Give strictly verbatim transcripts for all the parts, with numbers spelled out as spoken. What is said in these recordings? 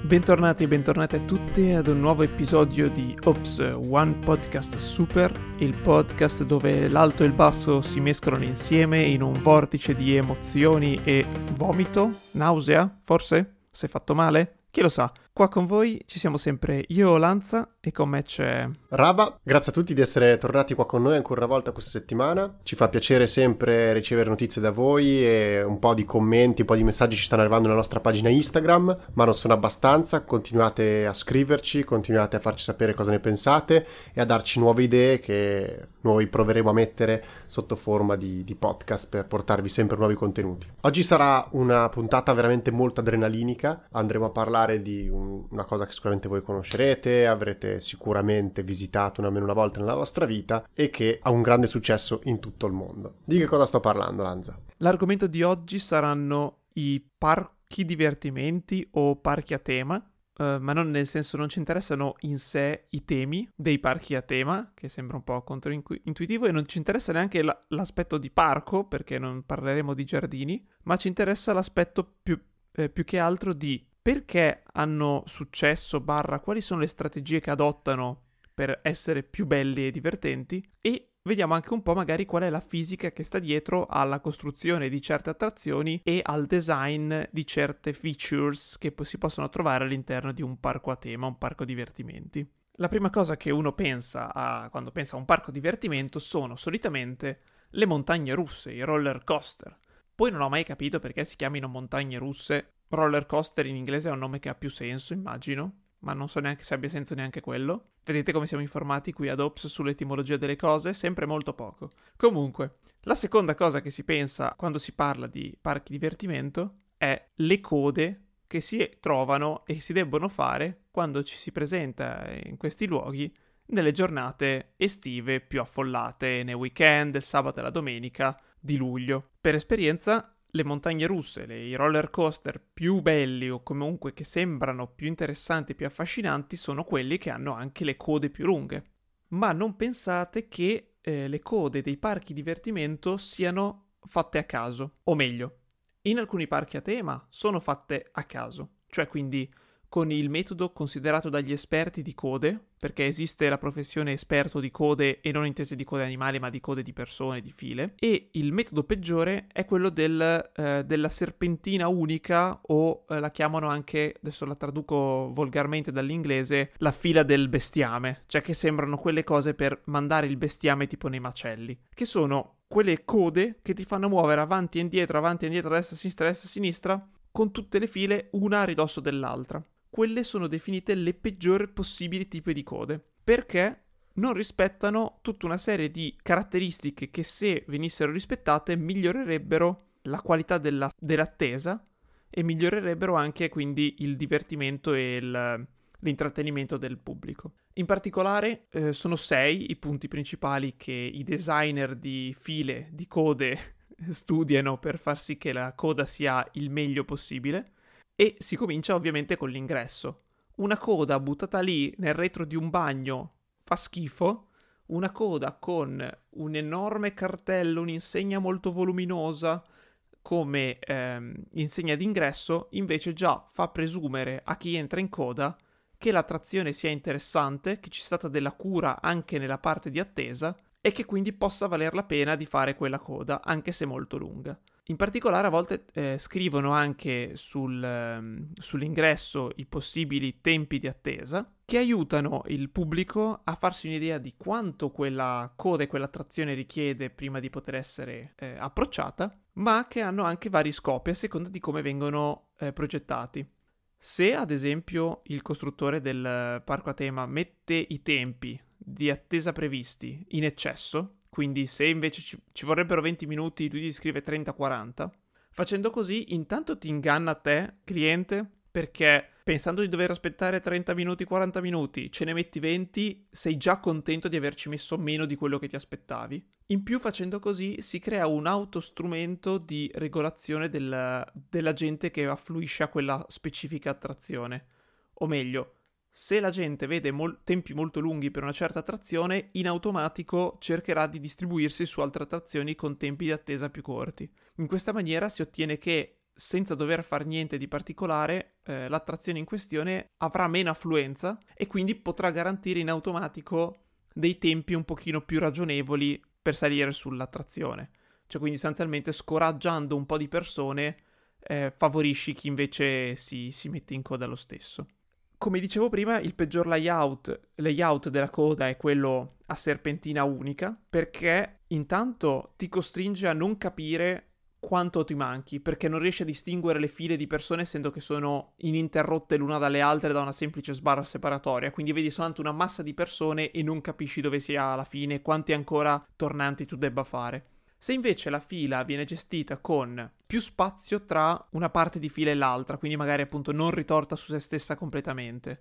Bentornati e bentornati a tutti ad un nuovo episodio di Ops One Podcast Super, il podcast dove l'alto e il basso si mescolano insieme in un vortice di emozioni e vomito, nausea, forse? Se fatto male? Chi lo sa? Qua con voi ci siamo sempre io, Lanza, e con me c'è... Rava, grazie a tutti di essere tornati qua con noi ancora una volta questa settimana. Ci fa piacere sempre ricevere notizie da voi e un po' di commenti, un po' di messaggi ci stanno arrivando nella nostra pagina Instagram, ma non sono abbastanza. Continuate a scriverci, continuate a farci sapere cosa ne pensate e a darci nuove idee che noi proveremo a mettere sotto forma di, di podcast per portarvi sempre nuovi contenuti. Oggi sarà una puntata veramente molto adrenalinica, andremo a parlare di un una cosa che sicuramente voi conoscerete, avrete sicuramente visitato una almeno una volta nella vostra vita e che ha un grande successo in tutto il mondo. Di che cosa sto parlando, Lanza? L'argomento di oggi saranno i parchi divertimenti o parchi a tema, uh, ma non nel senso non ci interessano in sé i temi dei parchi a tema, che sembra un po' controintuitivo, e non ci interessa neanche l- l'aspetto di parco, perché non parleremo di giardini, ma ci interessa l'aspetto più, eh, più che altro di perché hanno successo, barra quali sono le strategie che adottano per essere più belli e divertenti, e vediamo anche un po' magari qual è la fisica che sta dietro alla costruzione di certe attrazioni e al design di certe features che poi si possono trovare all'interno di un parco a tema, un parco divertimenti. La prima cosa che uno pensa a quando pensa a un parco divertimento sono solitamente le montagne russe, i roller coaster. Poi non ho mai capito perché si chiamino montagne russe. Roller coaster in inglese è un nome che ha più senso, immagino, ma non so neanche se abbia senso neanche quello. Vedete come siamo informati qui ad Ops sull'etimologia delle cose? Sempre molto poco. Comunque, la seconda cosa che si pensa quando si parla di parchi divertimento è le code che si trovano e si debbono fare quando ci si presenta in questi luoghi nelle giornate estive più affollate, nei weekend, il sabato e la domenica di luglio. Per esperienza, le montagne russe, le, i roller coaster più belli o comunque che sembrano più interessanti e più affascinanti sono quelli che hanno anche le code più lunghe. Ma non pensate che eh, le code dei parchi divertimento siano fatte a caso, o meglio, in alcuni parchi a tema sono fatte a caso, cioè quindi con il metodo considerato dagli esperti di code, perché esiste la professione esperto di code e non intese di code animali ma di code di persone, di file, e il metodo peggiore è quello del, eh, della serpentina unica o eh, la chiamano anche, adesso la traduco volgarmente dall'inglese, la fila del bestiame, cioè che sembrano quelle cose per mandare il bestiame tipo nei macelli, che sono quelle code che ti fanno muovere avanti e indietro, avanti e indietro, destra, sinistra, destra, sinistra, con tutte le file una a ridosso dell'altra. Quelle sono definite le peggiori possibili tipi di code, perché non rispettano tutta una serie di caratteristiche che, se venissero rispettate, migliorerebbero la qualità della, dell'attesa e migliorerebbero anche quindi il divertimento e il, l'intrattenimento del pubblico. In particolare eh, sono sei i punti principali che i designer di file, di code studiano per far sì che la coda sia il meglio possibile. E si comincia ovviamente con l'ingresso. Una coda buttata lì nel retro di un bagno fa schifo. Una coda con un enorme cartello, un'insegna molto voluminosa come ehm, insegna d'ingresso, invece già fa presumere a chi entra in coda che l'attrazione sia interessante, che ci sia stata della cura anche nella parte di attesa e che quindi possa valer la pena di fare quella coda, anche se molto lunga. In particolare a volte eh, scrivono anche sul, um, sull'ingresso i possibili tempi di attesa, che aiutano il pubblico a farsi un'idea di quanto quella coda e quell'attrazione richiede prima di poter essere eh, approcciata, ma che hanno anche vari scopi a seconda di come vengono eh, progettati. Se ad esempio il costruttore del parco a tema mette i tempi di attesa previsti in eccesso, quindi se invece ci, ci vorrebbero venti minuti, lui ti scrive trenta quaranta, facendo così intanto ti inganna te, cliente, perché pensando di dover aspettare trenta minuti, quaranta minuti, ce ne metti venti, sei già contento di averci messo meno di quello che ti aspettavi. In più, facendo così si crea un autostrumento di regolazione del, della gente che affluisce a quella specifica attrazione. O meglio, se la gente vede mol- tempi molto lunghi per una certa attrazione, in automatico cercherà di distribuirsi su altre attrazioni con tempi di attesa più corti. In questa maniera si ottiene che, senza dover fare niente di particolare, eh, l'attrazione in questione avrà meno affluenza e quindi potrà garantire in automatico dei tempi un pochino più ragionevoli per salire sull'attrazione. Cioè quindi sostanzialmente scoraggiando un po' di persone eh, favorisci chi invece si, si mette in coda lo stesso. Come dicevo prima, il peggior layout, layout della coda è quello a serpentina unica, perché intanto ti costringe a non capire quanto ti manchi, perché non riesci a distinguere le file di persone essendo che sono ininterrotte l'una dalle altre da una semplice sbarra separatoria, quindi vedi soltanto una massa di persone e non capisci dove sia la fine, quanti ancora tornanti tu debba fare. Se invece la fila viene gestita con più spazio tra una parte di fila e l'altra, quindi magari appunto non ritorta su se stessa completamente,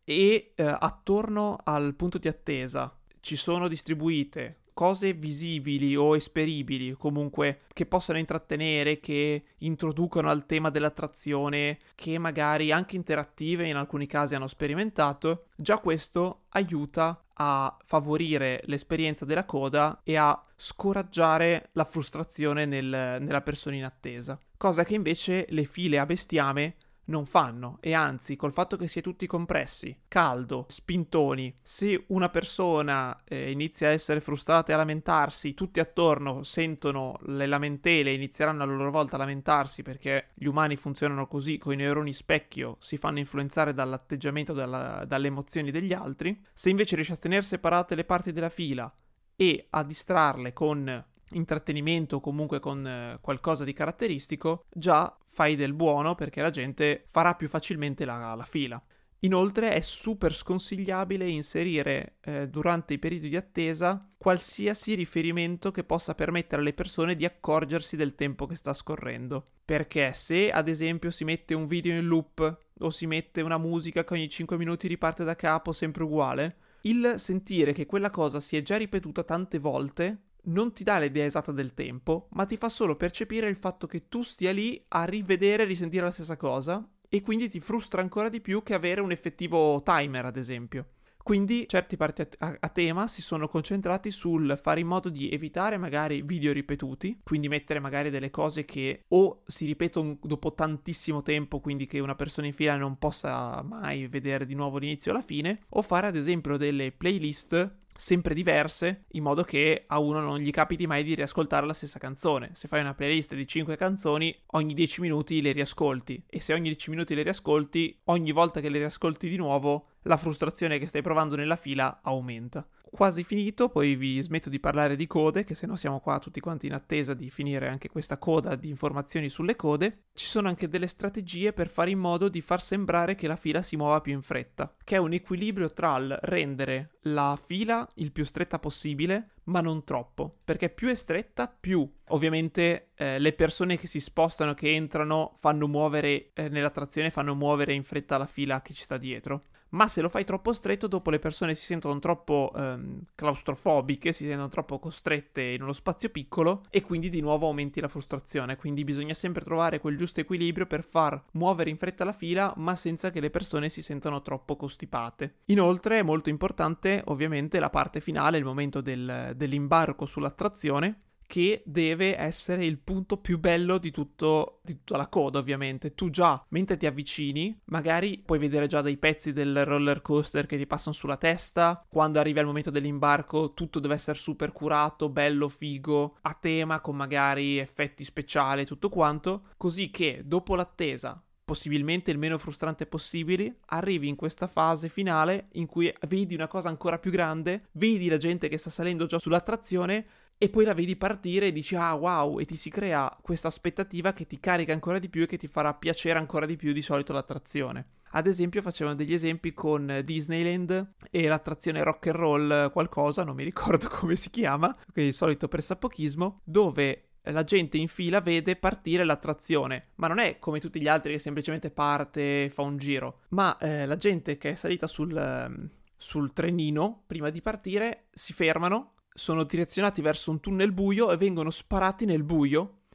e eh, attorno al punto di attesa ci sono distribuite cose visibili o esperibili, comunque che possano intrattenere, che introducono al tema dell'attrazione, che magari anche interattive in alcuni casi hanno sperimentato, già questo aiuta a favorire l'esperienza della coda e a scoraggiare la frustrazione nel, nella persona in attesa, cosa che invece le file a bestiame non fanno, e anzi col fatto che si è tutti compressi, caldo, spintoni, se una persona eh, inizia a essere frustrata e a lamentarsi, tutti attorno sentono le lamentele e inizieranno a loro volta a lamentarsi, perché gli umani funzionano così, con i neuroni specchio si fanno influenzare dall'atteggiamento, dalla, dalle emozioni degli altri. Se invece riesci a tenere separate le parti della fila e a distrarle con intrattenimento o comunque con eh, qualcosa di caratteristico, già fai del buono, perché la gente farà più facilmente la, la fila. Inoltre è super sconsigliabile inserire eh, durante i periodi di attesa qualsiasi riferimento che possa permettere alle persone di accorgersi del tempo che sta scorrendo, perché se ad esempio si mette un video in loop o si mette una musica che ogni cinque minuti riparte da capo sempre uguale, il sentire che quella cosa si è già ripetuta tante volte non ti dà l'idea esatta del tempo, ma ti fa solo percepire il fatto che tu stia lì a rivedere e risentire la stessa cosa, e quindi ti frustra ancora di più che avere un effettivo timer, ad esempio. Quindi certi parti a, a, a tema si sono concentrati sul fare in modo di evitare magari video ripetuti, quindi mettere magari delle cose che o si ripetono dopo tantissimo tempo, quindi che una persona in fila non possa mai vedere di nuovo l'inizio e la fine, o fare ad esempio delle playlist sempre diverse, in modo che a uno non gli capiti mai di riascoltare la stessa canzone. Se fai una playlist di cinque canzoni, ogni dieci minuti le riascolti, e se ogni dieci minuti le riascolti, ogni volta che le riascolti di nuovo, la frustrazione che stai provando nella fila aumenta. Quasi finito, poi vi smetto di parlare di code, che se no siamo qua tutti quanti in attesa di finire anche questa coda di informazioni sulle code. Ci sono anche delle strategie per fare in modo di far sembrare che la fila si muova più in fretta, che è un equilibrio tra il rendere la fila il più stretta possibile, ma non troppo, perché più è stretta, più ovviamente eh, le persone che si spostano, che entrano, fanno muovere eh, nell'attrazione, fanno muovere in fretta la fila che ci sta dietro. Ma se lo fai troppo stretto, dopo le persone si sentono troppo ehm, claustrofobiche, si sentono troppo costrette in uno spazio piccolo, e quindi di nuovo aumenti la frustrazione. Quindi bisogna sempre trovare quel giusto equilibrio per far muovere in fretta la fila, ma senza che le persone si sentano troppo costipate. Inoltre è molto importante ovviamente la parte finale, il momento del, dell'imbarco sull'attrazione, che deve essere il punto più bello di tutto, di tutta la coda, ovviamente. Tu già, mentre ti avvicini, magari puoi vedere già dei pezzi del roller coaster che ti passano sulla testa. Quando arrivi al momento dell'imbarco, tutto deve essere super curato, bello, figo, a tema, con magari effetti speciali, tutto quanto, così che dopo l'attesa, possibilmente il meno frustrante possibile, arrivi in questa fase finale in cui vedi una cosa ancora più grande, vedi la gente che sta salendo già sull'attrazione e poi la vedi partire e dici ah wow, e ti si crea questa aspettativa che ti carica ancora di più e che ti farà piacere ancora di più di solito l'attrazione. Ad esempio facevano degli esempi con Disneyland e l'attrazione rock and roll qualcosa, non mi ricordo come si chiama, che è il solito pressappochismo, dove la gente in fila vede partire l'attrazione, ma non è come tutti gli altri che semplicemente parte e fa un giro, ma eh, la gente che è salita sul, eh, sul trenino prima di partire si fermano, sono direzionati verso un tunnel buio e vengono sparati nel buio,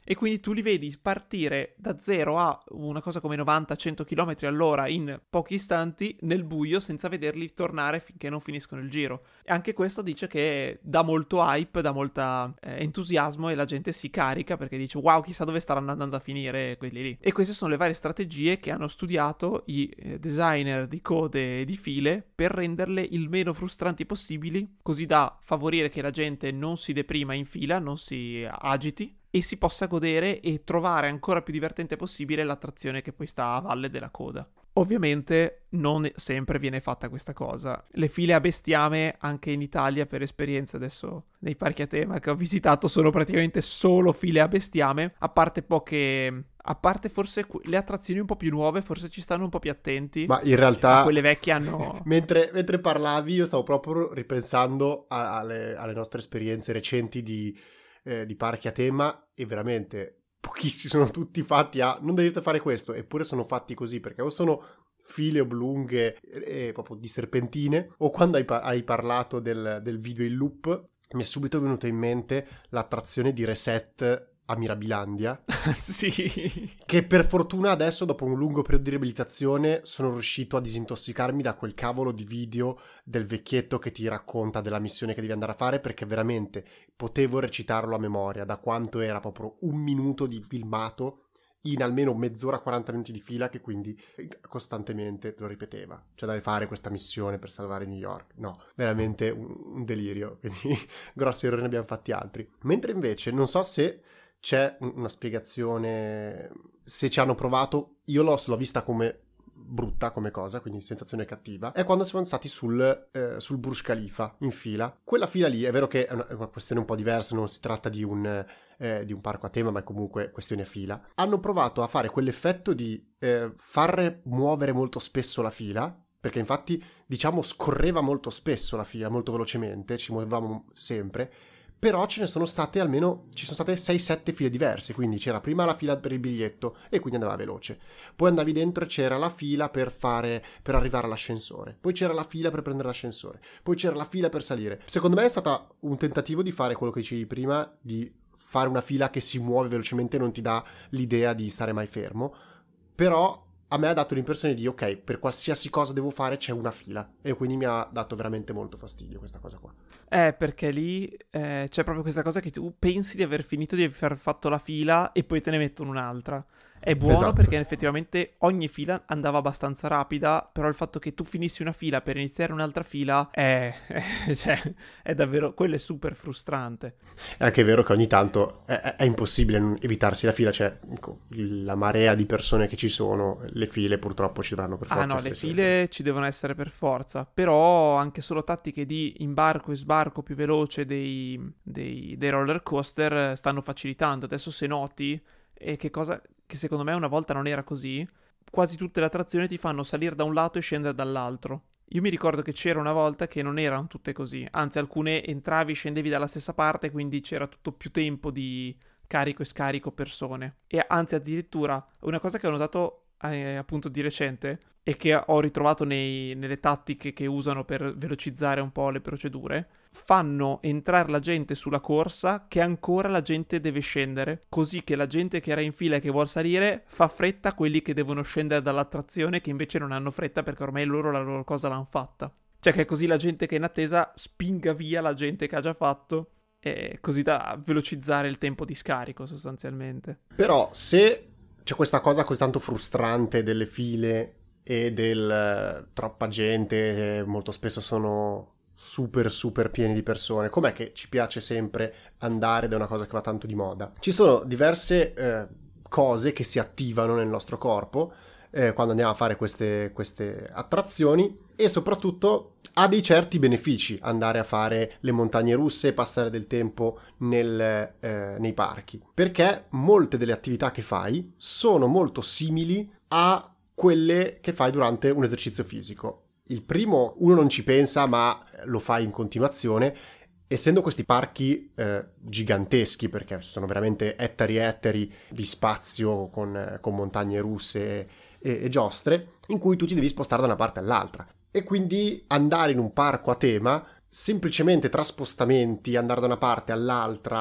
e quindi tu li vedi partire da zero a una cosa come novanta cento km all'ora in pochi istanti nel buio senza vederli tornare finché non finiscono il giro. E anche questo dice che dà molto hype, dà molta eh, entusiasmo, e la gente si carica perché dice wow, chissà dove staranno andando a finire quelli lì. E queste sono le varie strategie che hanno studiato i eh, designer di code e di file per renderle il meno frustranti possibili, così da favorire che la gente non si deprima in fila, non si agiti e si possa godere e trovare ancora più divertente possibile l'attrazione che poi sta a valle della coda. Ovviamente non sempre viene fatta questa cosa. Le file a bestiame anche in Italia, per esperienza adesso nei parchi a tema che ho visitato, sono praticamente solo file a bestiame, a parte poche... A parte forse le attrazioni un po' più nuove, forse ci stanno un po' più attenti. Ma in realtà... A quelle vecchie hanno... mentre, mentre parlavi io stavo proprio ripensando a, alle, alle nostre esperienze recenti di, eh, di parchi a tema, e veramente pochissimi sono tutti fatti a non dovete fare questo, eppure sono fatti così, perché o sono file oblunghe e proprio di serpentine, o quando hai, hai parlato del, del video in loop mi è subito venuto in mente l'attrazione di Reset a Mirabilandia. Sì. Che per fortuna adesso, dopo un lungo periodo di riabilitazione, sono riuscito a disintossicarmi da quel cavolo di video del vecchietto che ti racconta della missione che devi andare a fare, perché veramente potevo recitarlo a memoria, da quanto era proprio un minuto di filmato in almeno mezz'ora, quaranta minuti di fila, che quindi costantemente lo ripeteva. Cioè, da fare questa missione per salvare New York. No, veramente un, un delirio. Quindi grossi errori ne abbiamo fatti altri. Mentre invece, non so se c'è una spiegazione, se ci hanno provato, io l'ho, l'ho vista come brutta come cosa, quindi sensazione cattiva, è quando siamo stati sul, eh, sul Burj Khalifa in fila. Quella fila lì è vero che è una, è una questione un po' diversa, non si tratta di un, eh, di un parco a tema, ma è comunque questione fila. Hanno provato a fare quell'effetto di eh, far muovere molto spesso la fila, perché infatti diciamo scorreva molto spesso la fila, molto velocemente, ci muovevamo sempre. Però ce ne sono state almeno, ci sono state sei sette file diverse, quindi c'era prima la fila per il biglietto e quindi andava veloce. Poi andavi dentro e c'era la fila per fare, per arrivare all'ascensore. Poi c'era la fila per prendere l'ascensore. Poi c'era la fila per salire. Secondo me è stato un tentativo di fare quello che dicevi prima, di fare una fila che si muove velocemente e non ti dà l'idea di stare mai fermo. Però a me ha dato l'impressione di ok, per qualsiasi cosa devo fare c'è una fila, e quindi mi ha dato veramente molto fastidio questa cosa qua. Eh, perché lì eh, c'è proprio questa cosa che tu pensi di aver finito di aver fatto la fila e poi te ne mettono un'altra. È buono, esatto, perché effettivamente ogni fila andava abbastanza rapida, però il fatto che tu finissi una fila per iniziare un'altra fila è, è, cioè, è davvero, quello è super frustrante. È anche vero che ogni tanto è, è impossibile evitarsi la fila, cioè la marea di persone che ci sono, le file purtroppo ci dovranno per forza essere. Ah no, le file sempre. Ci devono essere per forza, però anche solo tattiche di imbarco e sbarco più veloce dei, dei, dei roller coaster stanno facilitando. Adesso se noti, e che cosa che secondo me una volta non era così, quasi tutte le attrazioni ti fanno salire da un lato e scendere dall'altro. Io mi ricordo che c'era una volta che non erano tutte così, anzi alcune entravi e scendevi dalla stessa parte, quindi c'era tutto più tempo di carico e scarico persone. E anzi addirittura una cosa che ho notato eh, appunto di recente e che ho ritrovato nei, nelle tattiche che usano per velocizzare un po' le procedure, fanno entrare la gente sulla corsa che ancora la gente deve scendere, così che la gente che era in fila e che vuol salire fa fretta a quelli che devono scendere dall'attrazione, che invece non hanno fretta perché ormai loro la loro cosa l'hanno fatta. Cioè che così la gente che è in attesa spinga via la gente che ha già fatto, e così da velocizzare il tempo di scarico sostanzialmente. Però se c'è questa cosa così tanto frustrante delle file e del uh, troppa gente, molto spesso sono super super pieni di persone, com'è che ci piace sempre andare ed è una cosa che va tanto di moda? Ci sono diverse eh, cose che si attivano nel nostro corpo eh, quando andiamo a fare queste, queste attrazioni, e soprattutto ha dei certi benefici andare a fare le montagne russe e passare del tempo nel, eh, nei parchi, perché molte delle attività che fai sono molto simili a quelle che fai durante un esercizio fisico. Il primo uno non ci pensa, ma lo fai in continuazione, essendo questi parchi eh, giganteschi, perché sono veramente ettari e ettari di spazio con, con montagne russe e, e giostre, in cui tu ti devi spostare da una parte all'altra. E quindi andare in un parco a tema, semplicemente tra spostamenti, andare da una parte all'altra,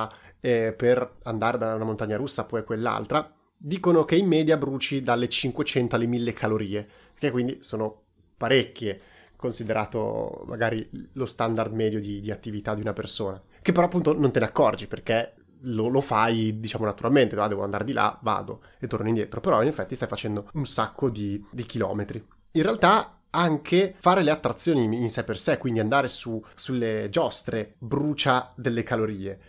eh, per andare da una montagna russa poi a quell'altra, dicono che in media bruci dalle cinquecento alle mille calorie, che quindi sono parecchie, considerato magari lo standard medio di, di attività di una persona, che però appunto non te ne accorgi perché lo, lo fai, diciamo, naturalmente. Ah, devo andare di là, vado e torno indietro, però in effetti stai facendo un sacco di, di chilometri. In realtà anche fare le attrazioni in sé per sé, quindi andare su, sulle giostre, brucia delle calorie,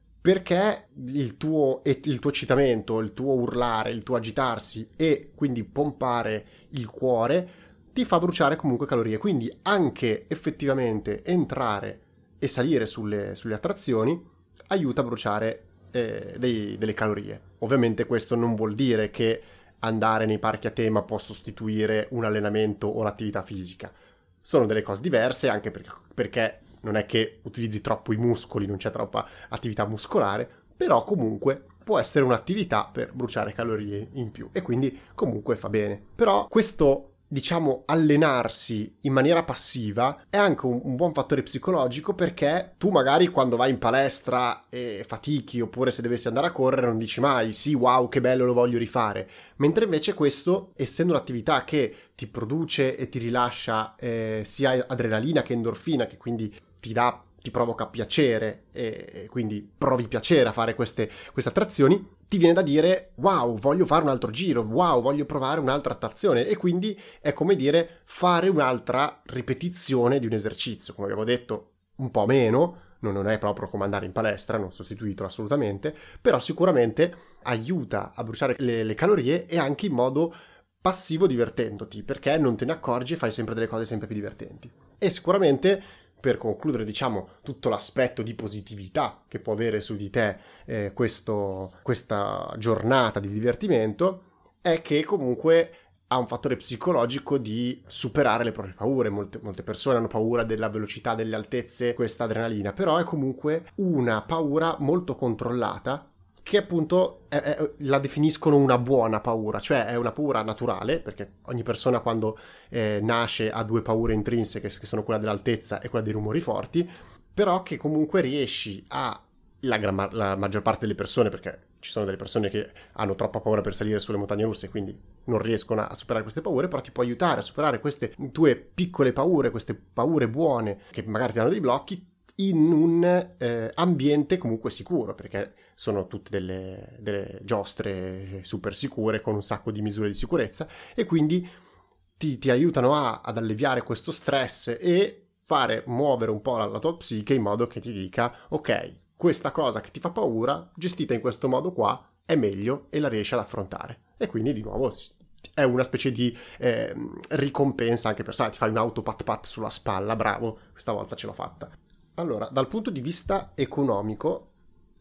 perché il tuo, il tuo eccitamento, il tuo urlare, il tuo agitarsi e quindi pompare il cuore ti fa bruciare comunque calorie. Quindi anche effettivamente entrare e salire sulle, sulle attrazioni aiuta a bruciare eh, dei, delle calorie. Ovviamente questo non vuol dire che andare nei parchi a tema può sostituire un allenamento o l'attività fisica. Sono delle cose diverse, anche perché, perché non è che utilizzi troppo i muscoli, non c'è troppa attività muscolare, però comunque può essere un'attività per bruciare calorie in più e quindi comunque fa bene. Però questo, diciamo, allenarsi in maniera passiva è anche un, un buon fattore psicologico, perché tu magari quando vai in palestra e fatichi, oppure se dovessi andare a correre, non dici mai sì, wow, che bello, lo voglio rifare, mentre invece questo, essendo un'attività che ti produce e ti rilascia eh, sia adrenalina che endorfina, che quindi ti dà, ti provoca piacere e quindi provi piacere a fare queste, queste attrazioni, ti viene da dire wow, voglio fare un altro giro, wow, voglio provare un'altra attrazione, e quindi è come dire fare un'altra ripetizione di un esercizio. Come abbiamo detto, un po' meno, non è proprio come andare in palestra, non sostituito assolutamente, però sicuramente aiuta a bruciare le, le calorie, e anche in modo passivo, divertendoti, perché non te ne accorgi e fai sempre delle cose sempre più divertenti. E sicuramente, per concludere, diciamo, tutto l'aspetto di positività che può avere su di te eh, questo, questa giornata di divertimento, è che comunque ha un fattore psicologico di superare le proprie paure. Molte, molte persone hanno paura della velocità, delle altezze, questa adrenalina, però è comunque una paura molto controllata, che appunto è, è, la definiscono una buona paura, cioè è una paura naturale, perché ogni persona quando eh, nasce ha due paure intrinseche, che sono quella dell'altezza e quella dei rumori forti, però che comunque riesci a, la, gran, la maggior parte delle persone, perché ci sono delle persone che hanno troppa paura per salire sulle montagne russe, quindi non riescono a superare queste paure, però ti può aiutare a superare queste tue piccole paure, queste paure buone che magari ti danno dei blocchi, in un eh, ambiente comunque sicuro, perché sono tutte delle, delle giostre super sicure con un sacco di misure di sicurezza, e quindi ti, ti aiutano a, ad alleviare questo stress e fare muovere un po' la, la tua psiche, in modo che ti dica ok, questa cosa che ti fa paura, gestita in questo modo qua, è meglio e la riesci ad affrontare. E quindi di nuovo è una specie di eh, ricompensa anche personale, ti fai un auto pat pat sulla spalla, bravo, questa volta ce l'ho fatta. Allora, dal punto di vista economico,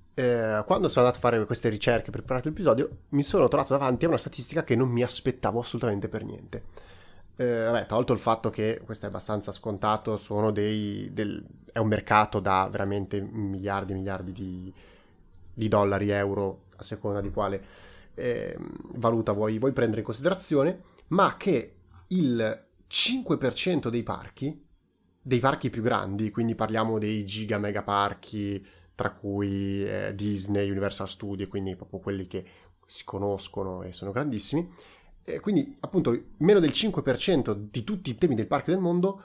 eh, quando sono andato a fare queste ricerche per preparare l'episodio, mi sono trovato davanti a una statistica che non mi aspettavo assolutamente per niente. Eh, vabbè, tolto il fatto che questo è abbastanza scontato, sono dei, del, è un mercato da veramente miliardi e miliardi di, di dollari, euro, a seconda di quale eh, valuta vuoi, vuoi prendere in considerazione, ma che il cinque per cento dei parchi, dei parchi più grandi, quindi parliamo dei giga mega parchi, tra cui eh, Disney, Universal Studios, quindi proprio quelli che si conoscono e sono grandissimi, e quindi appunto meno del cinque per cento di tutti i temi del parco del mondo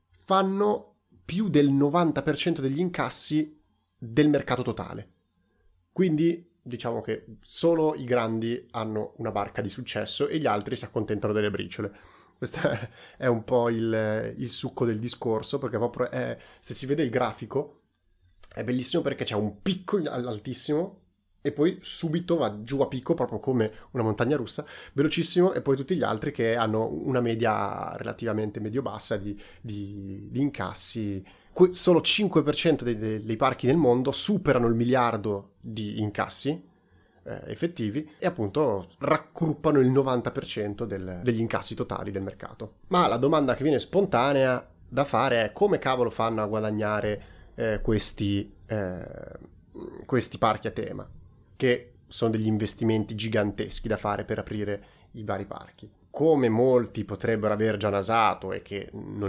fanno più del novanta per cento degli incassi del mercato totale. Quindi diciamo che solo i grandi hanno una barca di successo e gli altri si accontentano delle briciole. Questo è un po' il, il succo del discorso, perché proprio è, se si vede il grafico è bellissimo, perché c'è un picco altissimo e poi subito va giù a picco, proprio come una montagna russa, velocissimo, e poi tutti gli altri che hanno una media relativamente medio-bassa di, di, di incassi. Solo cinque per cento dei, dei parchi nel mondo superano il miliardo di incassi effettivi e appunto raggruppano il novanta per cento del, degli incassi totali del mercato. Ma la domanda che viene spontanea da fare è: come cavolo fanno a guadagnare eh, questi, eh, questi parchi a tema, che sono degli investimenti giganteschi da fare per aprire i vari parchi? Come molti potrebbero aver già nasato, e che non è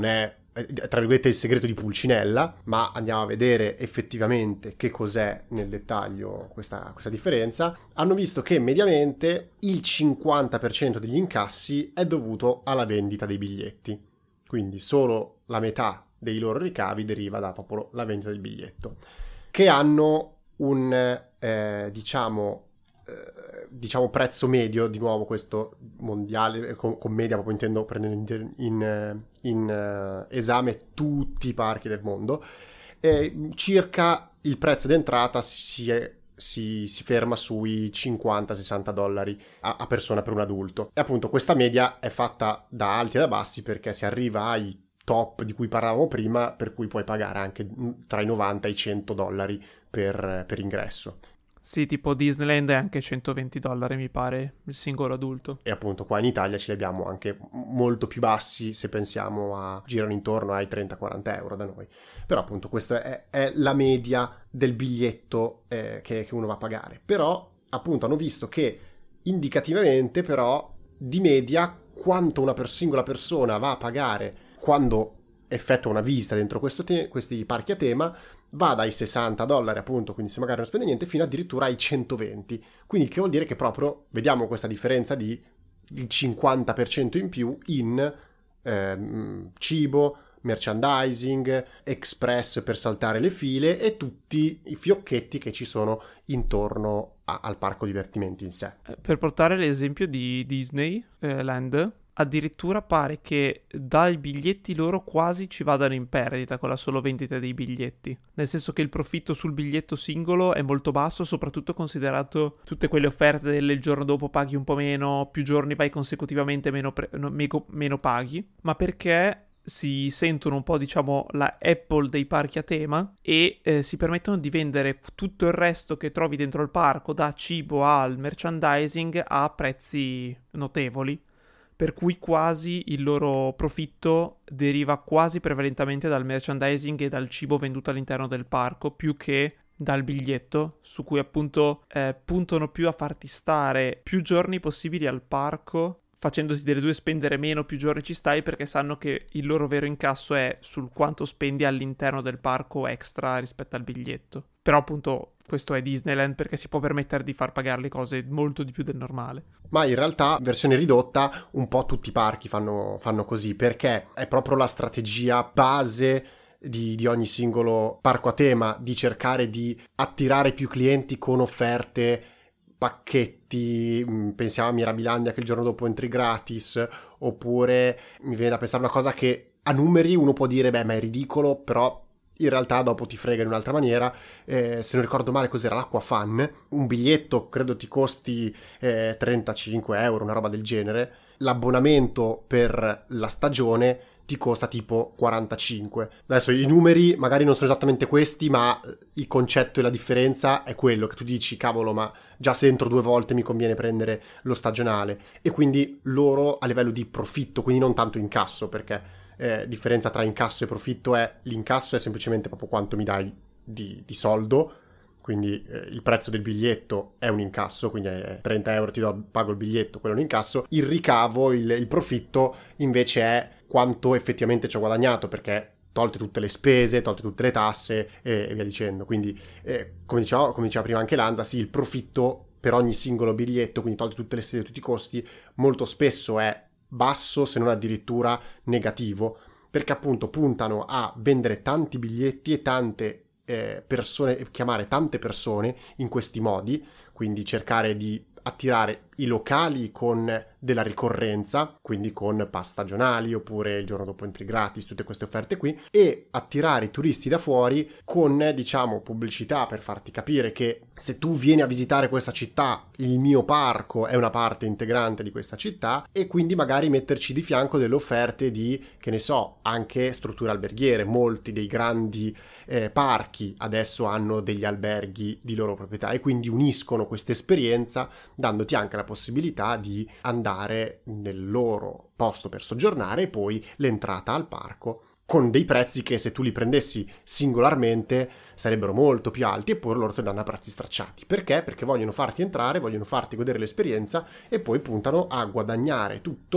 tra virgolette il segreto di Pulcinella, ma andiamo a vedere effettivamente che cos'è nel dettaglio questa, questa differenza. Hanno visto che mediamente il cinquanta per cento degli incassi è dovuto alla vendita dei biglietti, quindi solo la metà dei loro ricavi deriva da proprio la vendita del biglietto, che hanno un eh, diciamo eh, diciamo prezzo medio, di nuovo questo mondiale, con, con media proprio intendo prendendo in, in, in uh, esame tutti i parchi del mondo, eh, circa il prezzo d'entrata si è Si, si ferma sui cinquanta sessanta dollari a, a persona per un adulto. E appunto questa media è fatta da alti e da bassi, perché si arriva ai top di cui parlavamo prima, per cui puoi pagare anche tra i novanta e i cento dollari per, per ingresso. Sì, tipo Disneyland è anche centoventi dollari, mi pare, il singolo adulto. E appunto qua in Italia ce li abbiamo anche molto più bassi, se pensiamo a girano intorno ai trenta quaranta euro da noi. Però appunto questa è, è la media del biglietto eh, che, che uno va a pagare. Però appunto hanno visto che indicativamente però di media quanto una per singola persona va a pagare quando effettua una visita dentro questo te- questi parchi a tema va dai sessanta dollari, appunto, quindi se magari non spende niente, fino addirittura ai centoventi. Quindi il che vuol dire che proprio vediamo questa differenza di il cinquanta per cento in più in ehm, cibo, merchandising, express per saltare le file e tutti i fiocchetti che ci sono intorno a- al parco divertimenti in sé. Per portare l'esempio di Disneyland, eh, addirittura pare che dai biglietti loro quasi ci vadano in perdita con la solo vendita dei biglietti, nel senso che il profitto sul biglietto singolo è molto basso, soprattutto considerato tutte quelle offerte del il giorno dopo paghi un po' meno, più giorni vai consecutivamente meno, pre- no, meno, meno paghi, ma perché si sentono un po', diciamo, la Apple dei parchi a tema e eh, si permettono di vendere tutto il resto che trovi dentro il parco, da cibo al merchandising, a prezzi notevoli, per cui quasi il loro profitto deriva quasi prevalentemente dal merchandising e dal cibo venduto all'interno del parco, più che dal biglietto, su cui appunto eh, puntano più a farti stare più giorni possibili al parco, facendoti delle due spendere meno più giorni ci stai, perché sanno che il loro vero incasso è sul quanto spendi all'interno del parco extra rispetto al biglietto. Però appunto questo è Disneyland, perché si può permettere di far pagare le cose molto di più del normale. Ma in realtà, versione ridotta, un po' tutti i parchi fanno, fanno così, perché è proprio la strategia base di, di ogni singolo parco a tema, di cercare di attirare più clienti con offerte, pacchetti. Pensiamo a Mirabilandia che il giorno dopo entri gratis, oppure mi viene da pensare una cosa che a numeri uno può dire beh ma è ridicolo, però in realtà dopo ti frega in un'altra maniera. Eh, se non ricordo male cos'era l'Acqua Fun, un biglietto credo ti costi eh, trentacinque euro, una roba del genere. L'abbonamento per la stagione ti costa tipo quarantacinque. Adesso i numeri magari non sono esattamente questi, ma il concetto e la differenza è quello che tu dici, cavolo, ma già se entro due volte mi conviene prendere lo stagionale. E quindi loro a livello di profitto, quindi non tanto incasso, perché eh, differenza tra incasso e profitto è l'incasso è semplicemente proprio quanto mi dai di, di soldo, quindi eh, il prezzo del biglietto è un incasso, quindi è trenta euro ti do, pago il biglietto, quello è un incasso. Il ricavo, il, il profitto invece è quanto effettivamente ci ho guadagnato, perché tolte tutte le spese, tolte tutte le tasse e, e via dicendo. Quindi eh, come, diceva, come diceva prima anche Lanza, sì, il profitto per ogni singolo biglietto, quindi tolte tutte le spese, tutti i costi, molto spesso è basso, se non addirittura negativo, perché appunto puntano a vendere tanti biglietti e tante eh, persone, chiamare tante persone in questi modi, quindi cercare di attirare i locali con della ricorrenza, quindi con pass stagionali oppure il giorno dopo entri gratis, tutte queste offerte qui, e attirare i turisti da fuori con, diciamo, pubblicità per farti capire che se tu vieni a visitare questa città, il mio parco è una parte integrante di questa città, e quindi magari metterci di fianco delle offerte di, che ne so, anche strutture alberghiere. Molti dei grandi eh, parchi adesso hanno degli alberghi di loro proprietà e quindi uniscono questa esperienza dandoti anche la possibilità di andare nel loro posto per soggiornare e poi l'entrata al parco con dei prezzi che se tu li prendessi singolarmente sarebbero molto più alti, e poi loro te danno a prezzi stracciati. Perché? Perché vogliono farti entrare, vogliono farti godere l'esperienza e poi puntano a guadagnare tutto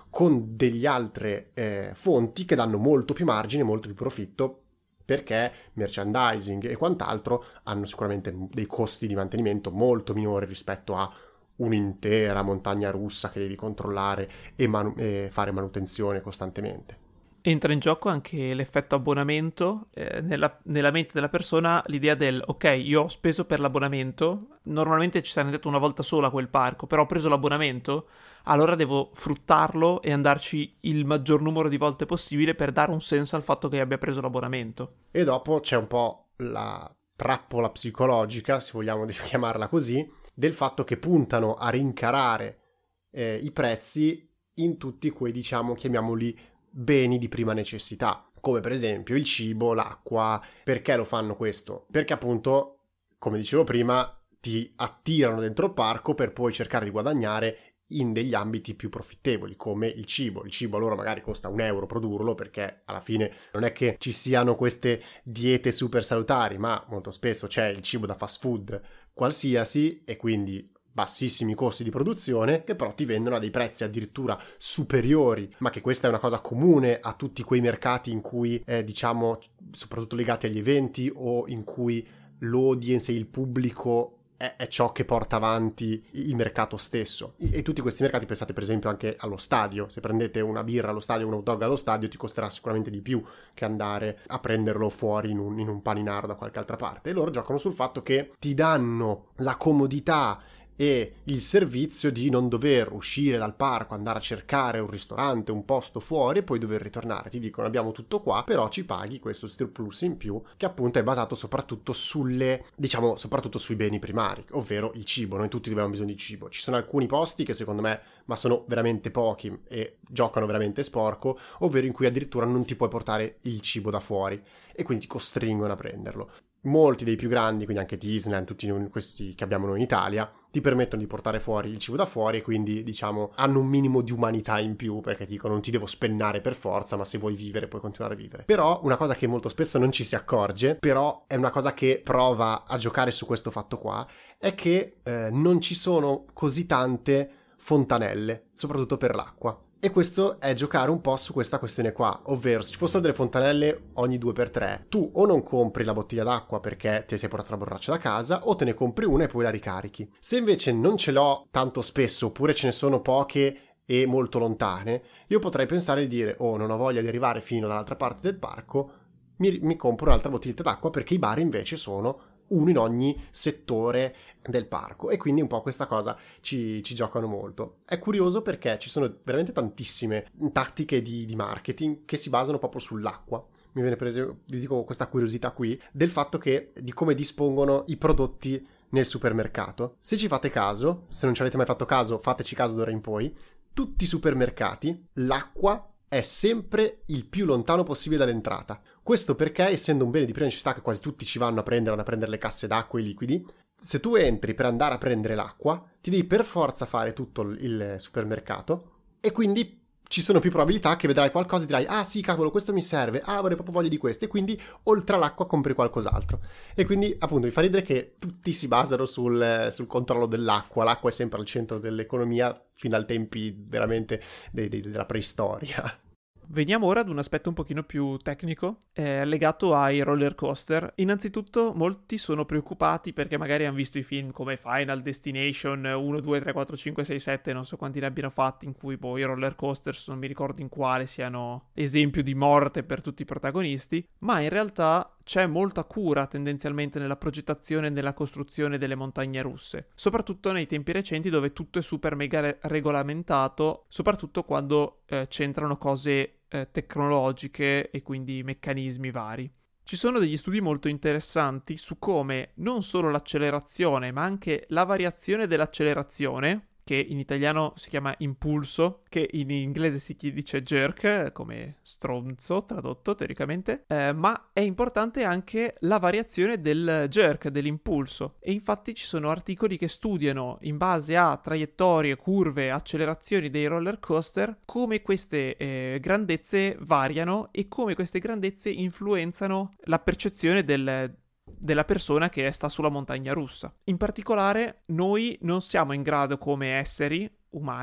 con delle altre eh, fonti che danno molto più margine, molto più profitto, perché merchandising e quant'altro hanno sicuramente dei costi di mantenimento molto minori rispetto a un'intera montagna russa che devi controllare e, manu- e fare manutenzione costantemente. Entra in gioco anche l'effetto abbonamento, eh, nella, nella mente della persona l'idea del ok, io ho speso per l'abbonamento, normalmente ci sarei andato una volta sola a quel parco, però ho preso l'abbonamento, allora devo fruttarlo e andarci il maggior numero di volte possibile per dare un senso al fatto che abbia preso l'abbonamento. E dopo c'è un po' la trappola psicologica, se vogliamo chiamarla così, del fatto che puntano a rincarare eh, i prezzi in tutti quei, diciamo, chiamiamoli beni di prima necessità, come per esempio il cibo, l'acqua. Perché lo fanno questo? Perché appunto, come dicevo prima, ti attirano dentro il parco per poi cercare di guadagnare in degli ambiti più profittevoli, come il cibo. Il cibo a loro magari costa un euro produrlo, perché alla fine non è che ci siano queste diete super salutari, ma molto spesso c'è il cibo da fast food qualsiasi e quindi bassissimi costi di produzione, che però ti vendono a dei prezzi addirittura superiori, ma che questa è una cosa comune a tutti quei mercati in cui, eh, diciamo, soprattutto legati agli eventi o in cui l'audience e il pubblico è, è ciò che porta avanti il mercato stesso. E, e tutti questi mercati, pensate per esempio anche allo stadio, se prendete una birra allo stadio, un hot dog allo stadio, ti costerà sicuramente di più che andare a prenderlo fuori in un, in un paninaro da qualche altra parte. E loro giocano sul fatto che ti danno la comodità e il servizio di non dover uscire dal parco, andare a cercare un ristorante, un posto fuori e poi dover ritornare. Ti dicono abbiamo tutto qua, però ci paghi questo surplus in più, che appunto è basato soprattutto sulle, diciamo, soprattutto sui beni primari, ovvero il cibo. Noi tutti abbiamo bisogno di cibo. Ci sono alcuni posti che secondo me, ma sono veramente pochi e giocano veramente sporco, ovvero in cui addirittura non ti puoi portare il cibo da fuori e quindi ti costringono a prenderlo. Molti dei più grandi, quindi anche Disneyland, tutti questi che abbiamo noi in Italia, ti permettono di portare fuori il cibo da fuori e quindi, diciamo, hanno un minimo di umanità in più, perché ti dicono non ti devo spennare per forza, ma se vuoi vivere puoi continuare a vivere. Però una cosa che molto spesso non ci si accorge, però è una cosa che prova a giocare su questo fatto qua, è che eh, non ci sono così tante fontanelle, soprattutto per l'acqua. E questo è giocare un po' su questa questione qua, ovvero se ci fossero delle fontanelle ogni due per tre, tu o non compri la bottiglia d'acqua perché ti sei portato la borraccia da casa, o te ne compri una e poi la ricarichi. Se invece non ce l'ho tanto spesso, oppure ce ne sono poche e molto lontane, io potrei pensare di dire, oh, non ho voglia di arrivare fino dall'altra parte del parco, mi, mi compro un'altra bottiglietta d'acqua, perché i bar invece sono uno in ogni settore del parco e quindi un po' questa cosa ci, ci giocano molto. È curioso perché ci sono veramente tantissime tattiche di, di marketing che si basano proprio sull'acqua. Mi viene per esempio, vi dico questa curiosità qui, del fatto che di come dispongono i prodotti nel supermercato. Se ci fate caso, se non ci avete mai fatto caso, fateci caso d'ora in poi, tutti i supermercati, l'acqua è sempre il più lontano possibile dall'entrata. Questo perché, essendo un bene di prima necessità che quasi tutti ci vanno a prendere, vanno a prendere le casse d'acqua e i liquidi, se tu entri per andare a prendere l'acqua, ti devi per forza fare tutto il supermercato e quindi ci sono più probabilità che vedrai qualcosa e dirai ah sì cavolo questo mi serve, ah avrei proprio voglia di questo e quindi oltre all'acqua compri qualcos'altro. E quindi appunto mi fa ridere che tutti si basano sul, sul controllo dell'acqua. L'acqua è sempre al centro dell'economia fin dai tempi veramente de- de- della preistoria. Veniamo ora ad un aspetto un pochino più tecnico, eh, legato ai roller coaster. Innanzitutto molti sono preoccupati perché magari hanno visto i film come Final Destination uno, due, tre, quattro, cinque, sei, sette, non so quanti ne abbiano fatti, in cui boh, i roller coaster, non mi ricordo in quale, siano esempio di morte per tutti i protagonisti, ma in realtà c'è molta cura tendenzialmente nella progettazione e nella costruzione delle montagne russe, soprattutto nei tempi recenti dove tutto è super mega regolamentato, soprattutto quando eh, c'entrano cose eh, tecnologiche e quindi meccanismi vari. Ci sono degli studi molto interessanti su come non solo l'accelerazione, ma anche la variazione dell'accelerazione, che in italiano si chiama impulso, che in inglese si dice jerk, come stronzo tradotto teoricamente, eh, ma è importante anche la variazione del jerk, dell'impulso. E infatti ci sono articoli che studiano in base a traiettorie, curve, accelerazioni dei roller coaster come queste eh, grandezze variano e come queste grandezze influenzano la percezione del della persona che sta sulla montagna russa. In particolare, noi non siamo in grado come esseri umani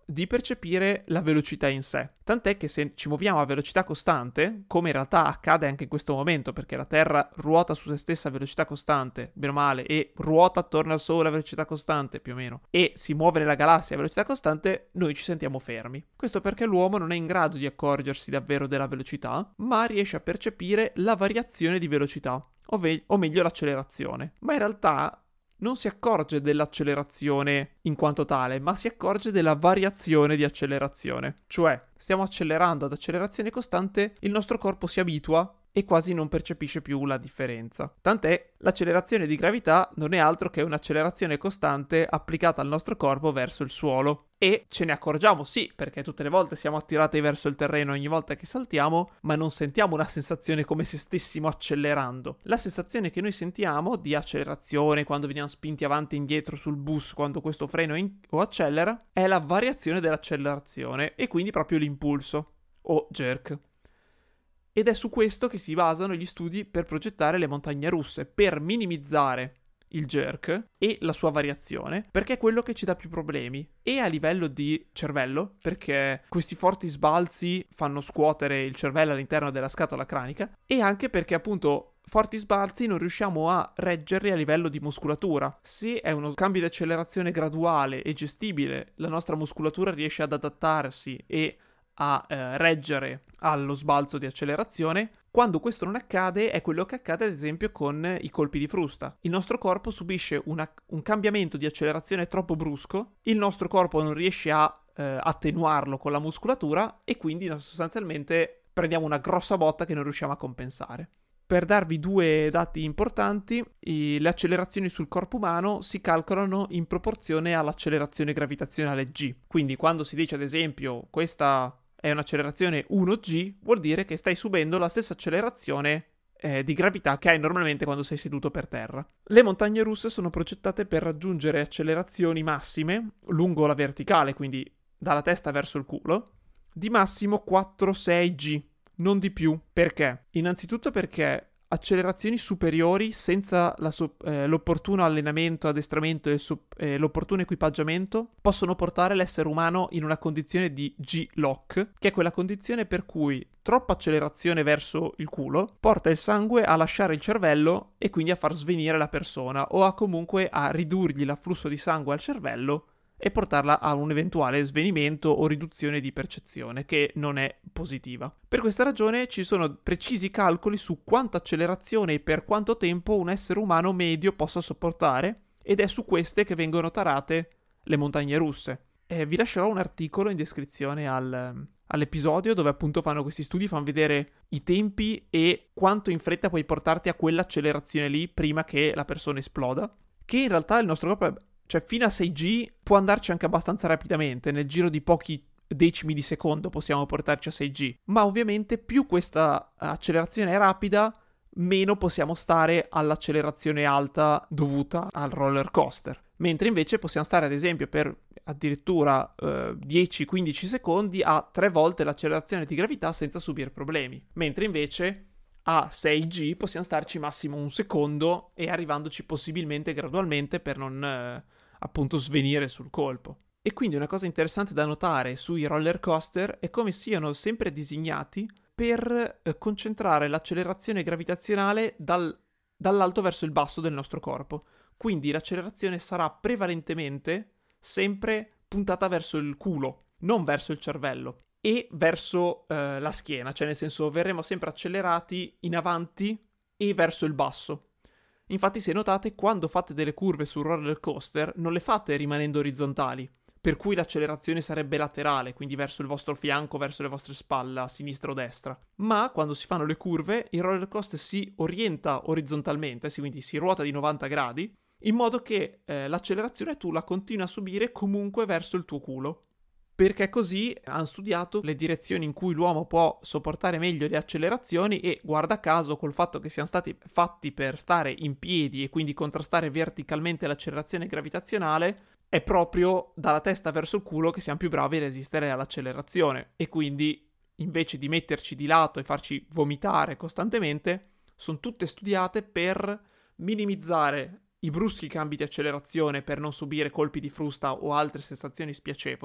di percepire la velocità in sé. Tant'è che se ci muoviamo a velocità costante, come in realtà accade anche in questo momento, perché la Terra ruota su se stessa a velocità costante, bene o male, e ruota attorno al Sole a velocità costante, più o meno, e si muove nella galassia a velocità costante, noi ci sentiamo fermi. Questo perché l'uomo non è in grado di accorgersi davvero della velocità, ma riesce a percepire la variazione di velocità, o, ve- o meglio l'accelerazione. Ma in realtà non si accorge dell'accelerazione in quanto tale, ma si accorge della variazione di accelerazione. Cioè, stiamo accelerando ad accelerazione costante, il nostro corpo si abitua e quasi non percepisce più la differenza. Tant'è, l'accelerazione di gravità non è altro che un'accelerazione costante applicata al nostro corpo verso il suolo. E ce ne accorgiamo, sì, perché tutte le volte siamo attirati verso il terreno ogni volta che saltiamo, ma non sentiamo una sensazione come se stessimo accelerando. La sensazione che noi sentiamo di accelerazione quando veniamo spinti avanti e indietro sul bus, quando questo freno in- o accelera, è la variazione dell'accelerazione e quindi proprio l'impulso o jerk. Ed è su questo che si basano gli studi per progettare le montagne russe, per minimizzare il jerk e la sua variazione, perché è quello che ci dà più problemi, e a livello di cervello, perché questi forti sbalzi fanno scuotere il cervello all'interno della scatola cranica, e anche perché appunto forti sbalzi non riusciamo a reggerli a livello di muscolatura. Se è uno cambio di accelerazione graduale e gestibile, la nostra muscolatura riesce ad adattarsi e a eh, reggere allo sbalzo di accelerazione. Quando questo non accade è quello che accade ad esempio con i colpi di frusta. Il nostro corpo subisce una, un cambiamento di accelerazione troppo brusco, il nostro corpo non riesce a eh, attenuarlo con la muscolatura e quindi sostanzialmente prendiamo una grossa botta che non riusciamo a compensare. Per darvi due dati importanti, i, le accelerazioni sul corpo umano si calcolano in proporzione all'accelerazione gravitazionale G. Quindi quando si dice ad esempio questa è un'accelerazione uno G, vuol dire che stai subendo la stessa accelerazione eh, di gravità che hai normalmente quando sei seduto per terra. Le montagne russe sono progettate per raggiungere accelerazioni massime lungo la verticale, quindi dalla testa verso il culo, di massimo quattro sei G, non di più. Perché? Innanzitutto perché accelerazioni superiori senza la so- eh, l'opportuno allenamento, addestramento e so- eh, l'opportuno equipaggiamento possono portare l'essere umano in una condizione di G-lock, che è quella condizione per cui troppa accelerazione verso il culo porta il sangue a lasciare il cervello e quindi a far svenire la persona o a comunque a ridurgli l'afflusso di sangue al cervello e portarla a un eventuale svenimento o riduzione di percezione che non è positiva. Per questa ragione ci sono precisi calcoli su quanta accelerazione e per quanto tempo un essere umano medio possa sopportare, ed è su queste che vengono tarate le montagne russe. E vi lascerò un articolo in descrizione al, all'episodio dove appunto fanno questi studi, fanno vedere i tempi e quanto in fretta puoi portarti a quell'accelerazione lì prima che la persona esploda, che in realtà il nostro corpo è Cioè fino a sei G può andarci anche abbastanza rapidamente, nel giro di pochi decimi di secondo possiamo portarci a sei G, ma ovviamente più questa accelerazione è rapida, meno possiamo stare all'accelerazione alta dovuta al roller coaster, mentre invece possiamo stare ad esempio per addirittura eh, dieci quindici secondi a tre volte l'accelerazione di gravità senza subire problemi, mentre invece a sei G possiamo starci massimo un secondo e arrivandoci possibilmente gradualmente per non eh, appunto svenire sul colpo. E quindi una cosa interessante da notare sui roller coaster è come siano sempre disegnati per eh, concentrare l'accelerazione gravitazionale dal, dall'alto verso il basso del nostro corpo. Quindi l'accelerazione sarà prevalentemente sempre puntata verso il culo, non verso il cervello. E verso eh, la schiena, cioè nel senso verremo sempre accelerati in avanti e verso il basso. Infatti se notate quando fate delle curve sul roller coaster non le fate rimanendo orizzontali, per cui l'accelerazione sarebbe laterale, quindi verso il vostro fianco, verso le vostre spalle, a sinistra o destra. Ma quando si fanno le curve il roller coaster si orienta orizzontalmente, quindi si ruota di novanta gradi, in modo che eh, l'accelerazione tu la continui a subire comunque verso il tuo culo. Perché così hanno studiato le direzioni in cui l'uomo può sopportare meglio le accelerazioni e, guarda caso, col fatto che siano stati fatti per stare in piedi e quindi contrastare verticalmente l'accelerazione gravitazionale, è proprio dalla testa verso il culo che siamo più bravi a resistere all'accelerazione. E quindi, invece di metterci di lato e farci vomitare costantemente, sono tutte studiate per minimizzare i bruschi cambi di accelerazione per non subire colpi di frusta o altre sensazioni spiacevoli,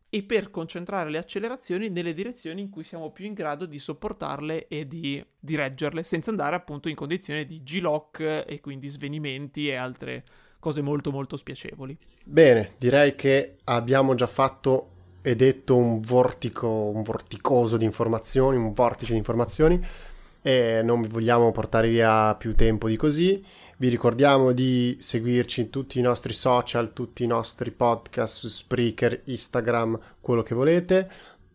e per concentrare le accelerazioni nelle direzioni in cui siamo più in grado di sopportarle e di, di reggerle, senza andare appunto in condizione di G-lock e quindi svenimenti e altre cose molto molto spiacevoli. Bene, direi che abbiamo già fatto e detto un vortico, un vorticoso di informazioni, un vortice di informazioni, e non vi vogliamo portare via più tempo di così. Vi ricordiamo di seguirci in tutti i nostri social, tutti i nostri podcast su Spreaker, Instagram, quello che volete,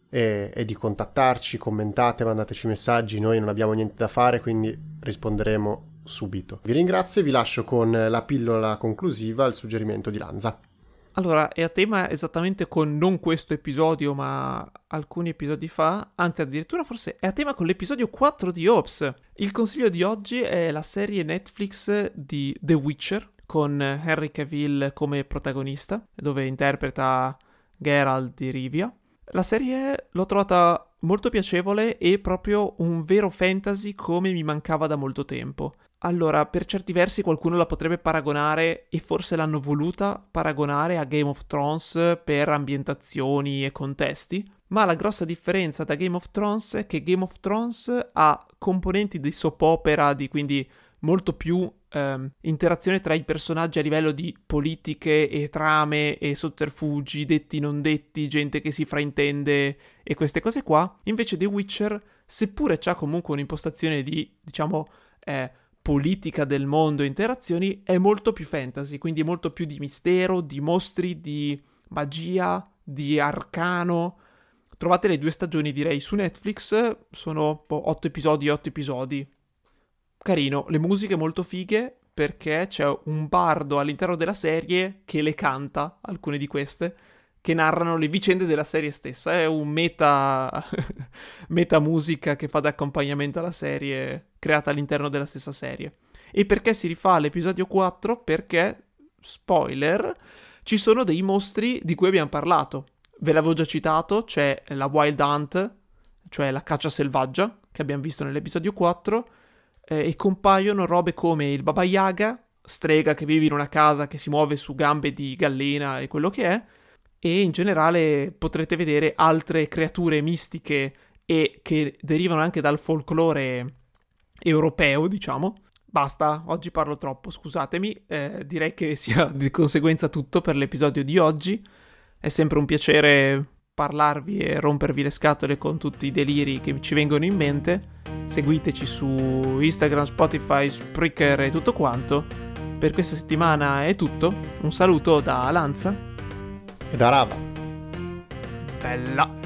e, e di contattarci, commentate, mandateci messaggi, noi non abbiamo niente da fare, quindi risponderemo subito. Vi ringrazio e vi lascio con la pillola conclusiva, il suggerimento di Lanza. Allora, è a tema esattamente con non questo episodio, ma alcuni episodi fa, anzi addirittura forse è a tema con l'episodio quattro di Ops. Il consiglio di oggi è la serie Netflix di The Witcher, con Henry Cavill come protagonista, dove interpreta Geralt di Rivia. La serie l'ho trovata molto piacevole e proprio un vero fantasy come mi mancava da molto tempo. Allora, per certi versi qualcuno la potrebbe paragonare, e forse l'hanno voluta paragonare, a Game of Thrones per ambientazioni e contesti, ma la grossa differenza da Game of Thrones è che Game of Thrones ha componenti di soap opera, di quindi molto più ehm, interazione tra i personaggi a livello di politiche e trame e sotterfugi, detti non detti, gente che si fraintende e queste cose qua. Invece The Witcher, seppure c'ha comunque un'impostazione di, diciamo, eh, politica del mondo e interazioni, è molto più fantasy, quindi molto più di mistero, di mostri, di magia, di arcano. Trovate le due stagioni, direi, su Netflix, sono otto episodi, otto episodi. Carino, le musiche molto fighe, perché c'è un bardo all'interno della serie che le canta, alcune di queste, che narrano le vicende della serie stessa. È un meta meta musica che fa da accompagnamento alla serie, creata all'interno della stessa serie. E perché si rifà all'episodio quattro? Perché, spoiler, ci sono dei mostri di cui abbiamo parlato. Ve l'avevo già citato, c'è la Wild Hunt, cioè la caccia selvaggia, che abbiamo visto nell'episodio quattro, eh, e compaiono robe come il Baba Yaga, strega che vive in una casa che si muove su gambe di gallina e quello che è, e in generale potrete vedere altre creature mistiche e che derivano anche dal folklore europeo, diciamo. Basta, oggi parlo troppo, scusatemi, eh, direi che sia di conseguenza tutto per l'episodio di oggi. È sempre un piacere parlarvi e rompervi le scatole con tutti i deliri che ci vengono in mente. Seguiteci su Instagram, Spotify, Spreaker e tutto quanto. Per questa settimana è tutto, un saluto da Lanza e da Rava. Bella!